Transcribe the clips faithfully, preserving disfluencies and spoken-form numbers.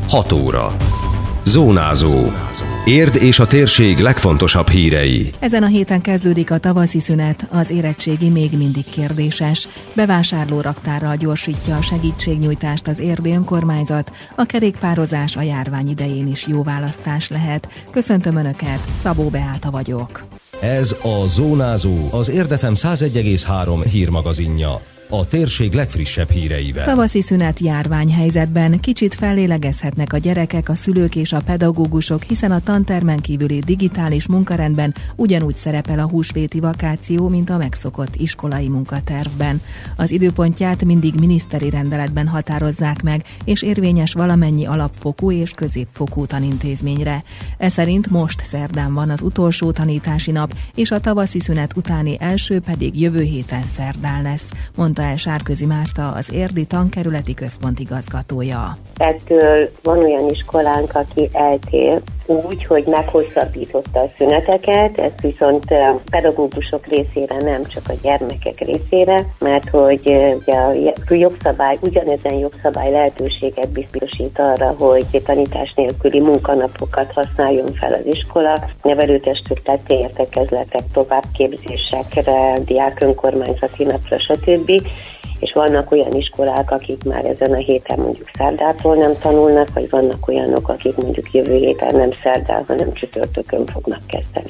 hat óra. Zónázó. Érd és a térség legfontosabb hírei. Ezen a héten kezdődik a tavaszi szünet, az érettségi még mindig kérdéses. Bevásárlóraktárral gyorsítja a segítségnyújtást az érdi önkormányzat, a kerékpározás a járvány idején is jó választás lehet. Köszöntöm Önöket, Szabó Beáta vagyok. Ez a Zónázó, az Érd ef em száz egy egész három hírmagazinja. A térség legfrissebb híreivel. Tavaszi szünet járványhelyzetben kicsit fellélegezhetnek a gyerekek, a szülők és a pedagógusok, hiszen a tantermen kívüli digitális munkarendben ugyanúgy szerepel a húsvéti vakáció, mint a megszokott iskolai munkatervben. Az időpontját mindig miniszteri rendeletben határozzák meg, és érvényes valamennyi alapfokú és középfokú tanintézményre. Ez szerint most szerdán van az utolsó tanítási nap, és a tavaszi szünet utáni első pedig jövő héten szerdán lesz, mondta el Sárközi Márta, az érdi tankerületi központ igazgatója. Ettől van olyan iskolánk, aki eltér úgy, hogy meghosszabbította a szüneteket, ez viszont a pedagógusok részére nem, csak a gyermekek részére, mert hogy ugye a jogszabály, ugyanezen jogszabály lehetőséget biztosít arra, hogy tanítás nélküli munkanapokat használjon fel az iskola, nevelőtestületek, értekezletek, továbbképzésekre, diák önkormányzati napra, stb. És vannak olyan iskolák, akik már ezen a héten mondjuk szerdától nem tanulnak, vagy vannak olyanok, akik mondjuk jövő héten nem szerdán, hanem csütörtökön fognak kezdeni.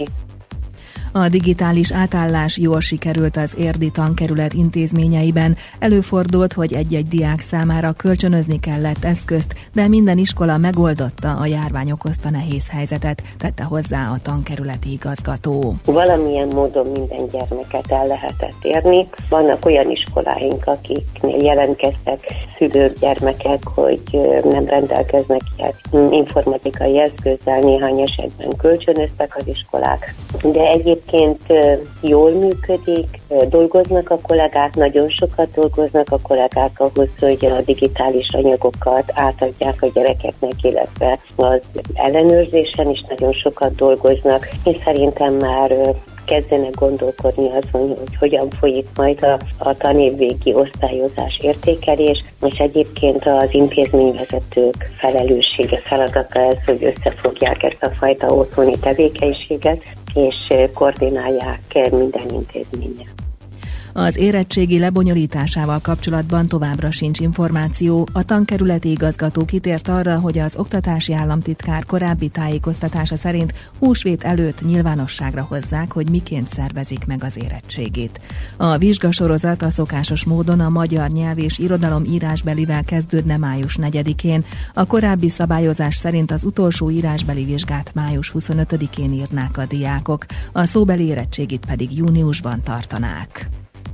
A digitális átállás jól sikerült az érdi tankerület intézményeiben. Előfordult, hogy egy-egy diák számára kölcsönözni kellett eszközt, de minden iskola megoldotta a járvány okozta nehéz helyzetet, tette hozzá a tankerületi igazgató. Valamilyen módon minden gyermeket el lehetett érni. Vannak olyan iskoláink, akiknél jelentkeztek szülők, gyermekek, hogy nem rendelkeznek ilyen informatikai eszközzel, néhány esetben kölcsönöztek az iskolák, de egyébként jól működik, dolgoznak a kollégák, nagyon sokat dolgoznak a kollégák ahhoz, hogy a digitális anyagokat átadják a gyerekeknek, illetve az ellenőrzésen is nagyon sokat dolgoznak, és szerintem már kezdenek gondolkodni azon, hogy hogyan folyik majd a, a tanévvégi osztályozás, értékelés, és egyébként az intézményvezetők felelőssége, feladata ez, hogy összefogják ezt a fajta otthoni tevékenységet, és koordinálják minden intézménnyel. Az érettségi lebonyolításával kapcsolatban továbbra sincs információ. A tankerületi igazgató kitért arra, hogy az oktatási államtitkár korábbi tájékoztatása szerint húsvét előtt nyilvánosságra hozzák, hogy miként szervezik meg az érettségét. A vizsgasorozat a szokásos módon a magyar nyelv és irodalom írásbelivel kezdődne május negyedikén. A korábbi szabályozás szerint az utolsó írásbeli vizsgát május huszonötödikén írnák a diákok, a szóbeli érettségit pedig júniusban tartanák.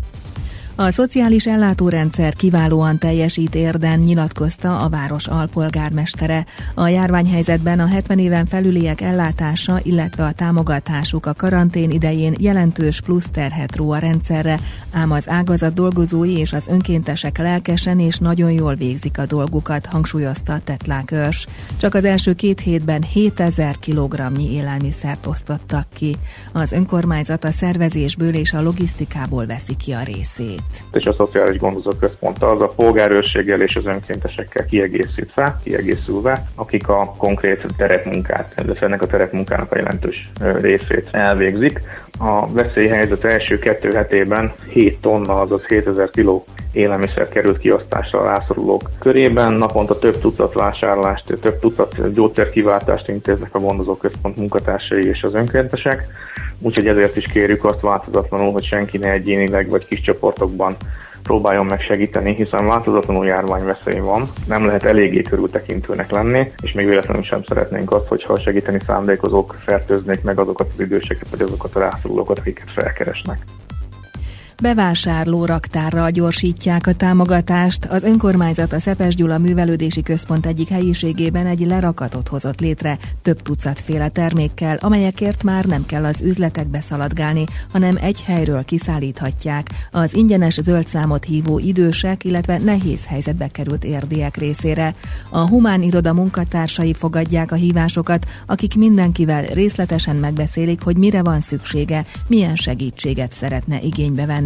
A szociális ellátórendszer kiválóan teljesít Érden, nyilatkozta a város alpolgármestere. A járványhelyzetben a hetven éven felüliek ellátása, illetve a támogatásuk a karantén idején jelentős plusz terhet ró a rendszerre, ám az ágazat dolgozói és az önkéntesek lelkesen és nagyon jól végzik a dolgukat, hangsúlyozta Tetlák Őrs. Csak az első két hétben hétezer kilogramnyi élelmiszert osztottak ki. Az önkormányzat a szervezésből és a logisztikából veszi ki a részét. És a Szociális Gondozó Központ az a polgárőrséggel és az önkéntesekkel kiegészítve, kiegészülve, akik a konkrét terepmunkát, illetve ennek a terepmunkának a jelentős részét elvégzik. A veszélyhelyzet első kettő hetében hét tonna, azaz hétezer kiló élelmiszer került kiosztásra a rászorulók körében. Naponta több tucat vásárlást, több tucat gyógyszerkiváltást intéznek a gondozóközpont munkatársai és az önkéntesek. Úgyhogy ezért is kérjük azt változatlanul, hogy senki ne egyénileg vagy kis csoportokban próbáljon meg segíteni, hiszen változatlanul járványveszély van, nem lehet eléggé körültekintőnek lenni, és még véletlenül sem szeretnénk azt, hogyha segíteni szándékozók fertőznék meg azokat az időseket, vagy azokat a rászorulókat, akiket felkeresnek. Bevásárlóraktárral gyorsítják a támogatást. Az önkormányzat a Szepes Gyula Művelődési Központ egyik helyiségében egy lerakatot hozott létre több tucatféle termékkel, amelyekért már nem kell az üzletekbe szaladgálni, hanem egy helyről kiszállíthatják az ingyenes zöldszámot hívó idősek, illetve nehéz helyzetbe került érdiek részére. A humán iroda munkatársai fogadják a hívásokat, akik mindenkivel részletesen megbeszélik, hogy mire van szüksége, milyen segítséget szeretne igénybe venni.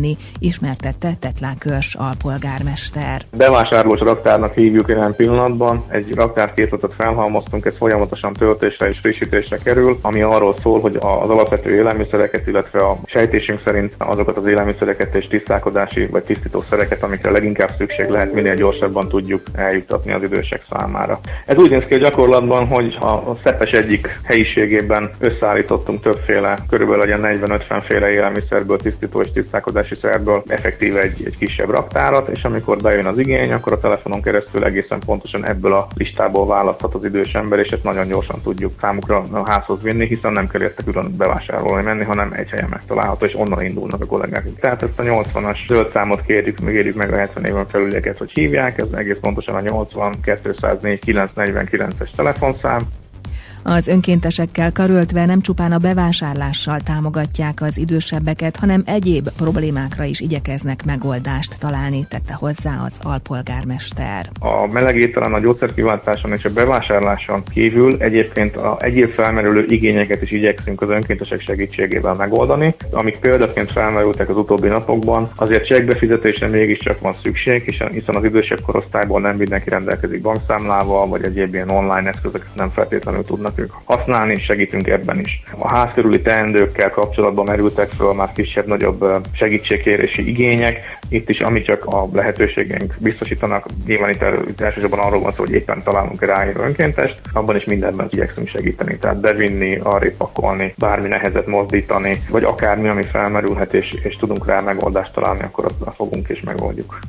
használni, ismertette Tetlák Örs alpolgármester. Bevásárlós raktárnak hívjuk jelen pillanatban. Egy raktárkészletet felhalmoztunk, ez folyamatosan töltésre és frissítésre kerül, ami arról szól, hogy az alapvető élelmiszereket, illetve a sejtésünk szerint azokat az élelmiszereket és tisztálkodási vagy tisztítószereket, amikre leginkább szükség lehet, minél gyorsabban tudjuk eljuttatni az idősek számára. Ez úgy néz ki a gyakorlatban, hogy a Szepes egyik helyiségében összeállítottunk többféle, körülbelül legyen negyven-ötven féle élelmiszerből, tisztító és tisztálkodási szerből effektíve egy, egy kisebb raktárat, és amikor bejön az igény, akkor a telefonon keresztül egészen pontosan ebből a listából választhat az idős ember, és ezt nagyon gyorsan tudjuk számukra a házhoz vinni, hiszen nem kell érte külön bevásárolni menni, hanem egy helyen megtalálható, és onnan indulnak a kollégák. Tehát ezt a nyolcvanas zöld számot kérjük, megérjük meg a hetven éven felülieket, hogy hívják, ez egész pontosan a nyolcvan kétszáznégy kilencszáznegyvenkilences telefonszám. Az önkéntesekkel karöltve nem csupán a bevásárlással támogatják az idősebbeket, hanem egyéb problémákra is igyekeznek megoldást találni, tette hozzá az alpolgármester. A melegételen, a gyógyszerkiváltáson és a bevásárláson kívül egyébként a egyéb felmerülő igényeket is igyekszünk az önkéntesek segítségével megoldani, amik példaként felmerültek az utóbbi napokban. Azért csekkbefizetésre mégiscsak van szükség, hiszen az idősebb korosztályból nem mindenki rendelkezik bankszámlával, vagy egyéb ilyen online eszközöket nem feltétlenül tudnak ők használni, segítünk ebben is. A ház körüli teendőkkel kapcsolatban merültek föl már kisebb-nagyobb segítségkérési igények. Itt is, ami csak a lehetőségeink biztosítanak, nyilván itt elsősorban arról van szó, hogy éppen találunk ráíró önkéntest, abban is mindenben igyekszünk segíteni. Tehát bevinni, arrébb pakolni, bármi nehezet mozdítani, vagy akármi, ami felmerülhet, és, és tudunk rá megoldást találni, akkor azt fogunk és megoldjuk.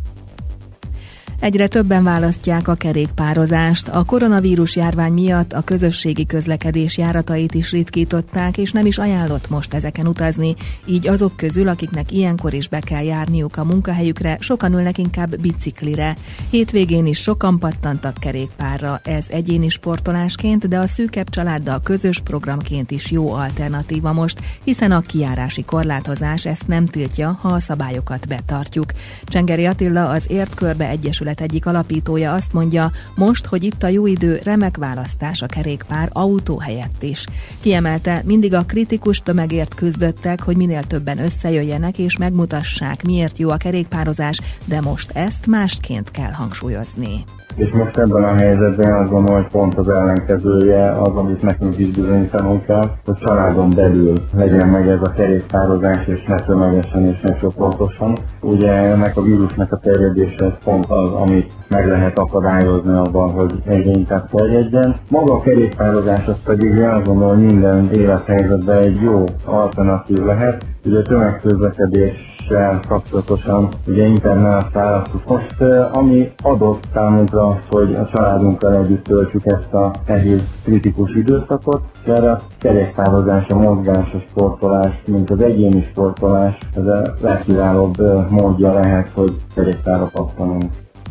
Egyre többen választják a kerékpározást. A koronavírus járvány miatt a közösségi közlekedés járatait is ritkították, és nem is ajánlott most ezeken utazni. Így azok közül, akiknek ilyenkor is be kell járniuk a munkahelyükre, sokan ülnek inkább biciklire. Hétvégén is sokan pattantak kerékpárra. Ez egyéni sportolásként, de a szűkebb családdal közös programként is jó alternatíva most, hiszen a kijárási korlátozás ezt nem tiltja, ha a szabályokat betartjuk. Csengeri Attila, az Ért Körbe Egyesület egyik alapítója azt mondja, most, hogy itt a jó idő, remek választás a kerékpár autó helyett is. Kiemelte, mindig a kritikus tömegért küzdöttek, hogy minél többen összejöjjenek és megmutassák, miért jó a kerékpározás, de most ezt másként kell hangsúlyozni. És most ebben a helyzetben azt gondolom, hogy pont az ellenkezője az, amit nekünk is bizonyítanunk kell, hogy családon belül legyen meg ez a kerékpározás, és ne tömegesen és ne csoportosan. Ugye ennek a vírusnak a terjedése pont az, amit meg lehet akadályozni abban, hogy egyre inkább terjedjen. Maga a kerékpározás az pedig azt gondolom, hogy minden élethelyzetben egy jó alternatív lehet. Ugye a tömegközlekedés kapcsolatosan ugye internet választjuk. Most ami adott számunkra az, hogy a családunkkal együtt töltsük ezt a nehéz kritikus időszakot, és erre a kerékpározás, a mozgás, a sportolás, mint az egyéni sportolás, ez a legkiválóbb módja lehet, hogy kerékpárra pattanunk.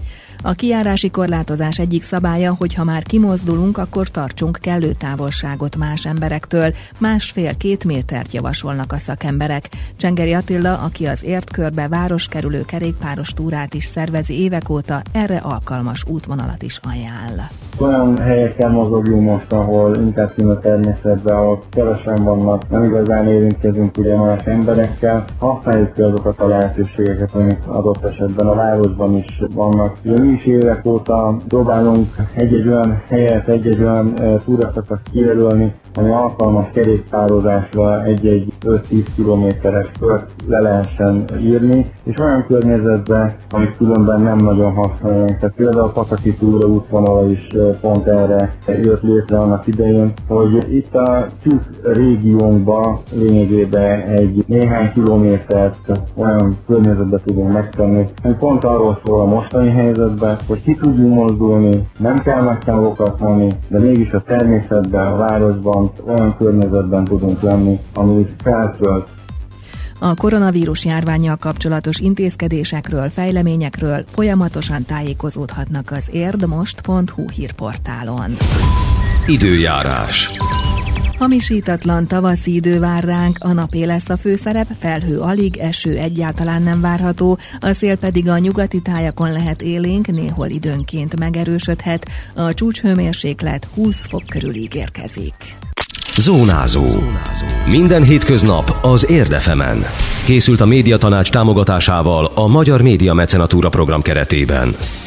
A kijárási korlátozás egyik szabálya, hogy ha már kimozdulunk, akkor tartsunk kellő távolságot más emberektől, másfél-két métert javasolnak a szakemberek. Csengeri Attila, aki az Ért Körbe városkerülő kerékpáros túrát is szervezi évek óta, erre alkalmas útvonalat is ajánl. Olyan helyeken mozogjunk most, ahol inkább szín a természetben, ahol kevesen vannak, nem igazán érintkezünk ugye más emberekkel, használjuk ki azokat a lehetőségeket, amik adott esetben a városban is vannak. Ugye mi is évek óta próbálunk egy-egy olyan helyet, egy-egy olyan e, túraszakaszt kijelölni, ami alkalmas kerékpározásra egy-egy öt-tíz kilométeres kört le lehessen írni, és olyan környezetben, amit különben nem nagyon használunk. Tehát például a Pataki túra útvonala is pont erre jött létre annak idején, hogy itt a Tyúk régiónkban lényegében egy néhány kilométert olyan környezetben tudunk megtenni, ami pont arról szól a mostani helyzetben, hogy ki tudjunk mozdulni, nem kell megszámokat mondani, de mégis a természetben, a városban, olyan környezetben tudunk lenni, ami feltölt. A koronavírus járvánnyal kapcsolatos intézkedésekről, fejleményekről folyamatosan tájékozódhatnak az érdmost pont hu hírportálon. Időjárás. Hamisítatlan tavaszi idő vár ránk, a napé lesz a főszerep, felhő alig, eső egyáltalán nem várható, a szél pedig a nyugati tájakon lehet élénk, néhol időnként megerősödhet, a csúcshőmérséklet húsz fok körül ígérkezik. Zónázó. Minden hétköznap az Érd ef emen. Készült a Médiatanács támogatásával a Magyar Média Mecenatúra program keretében.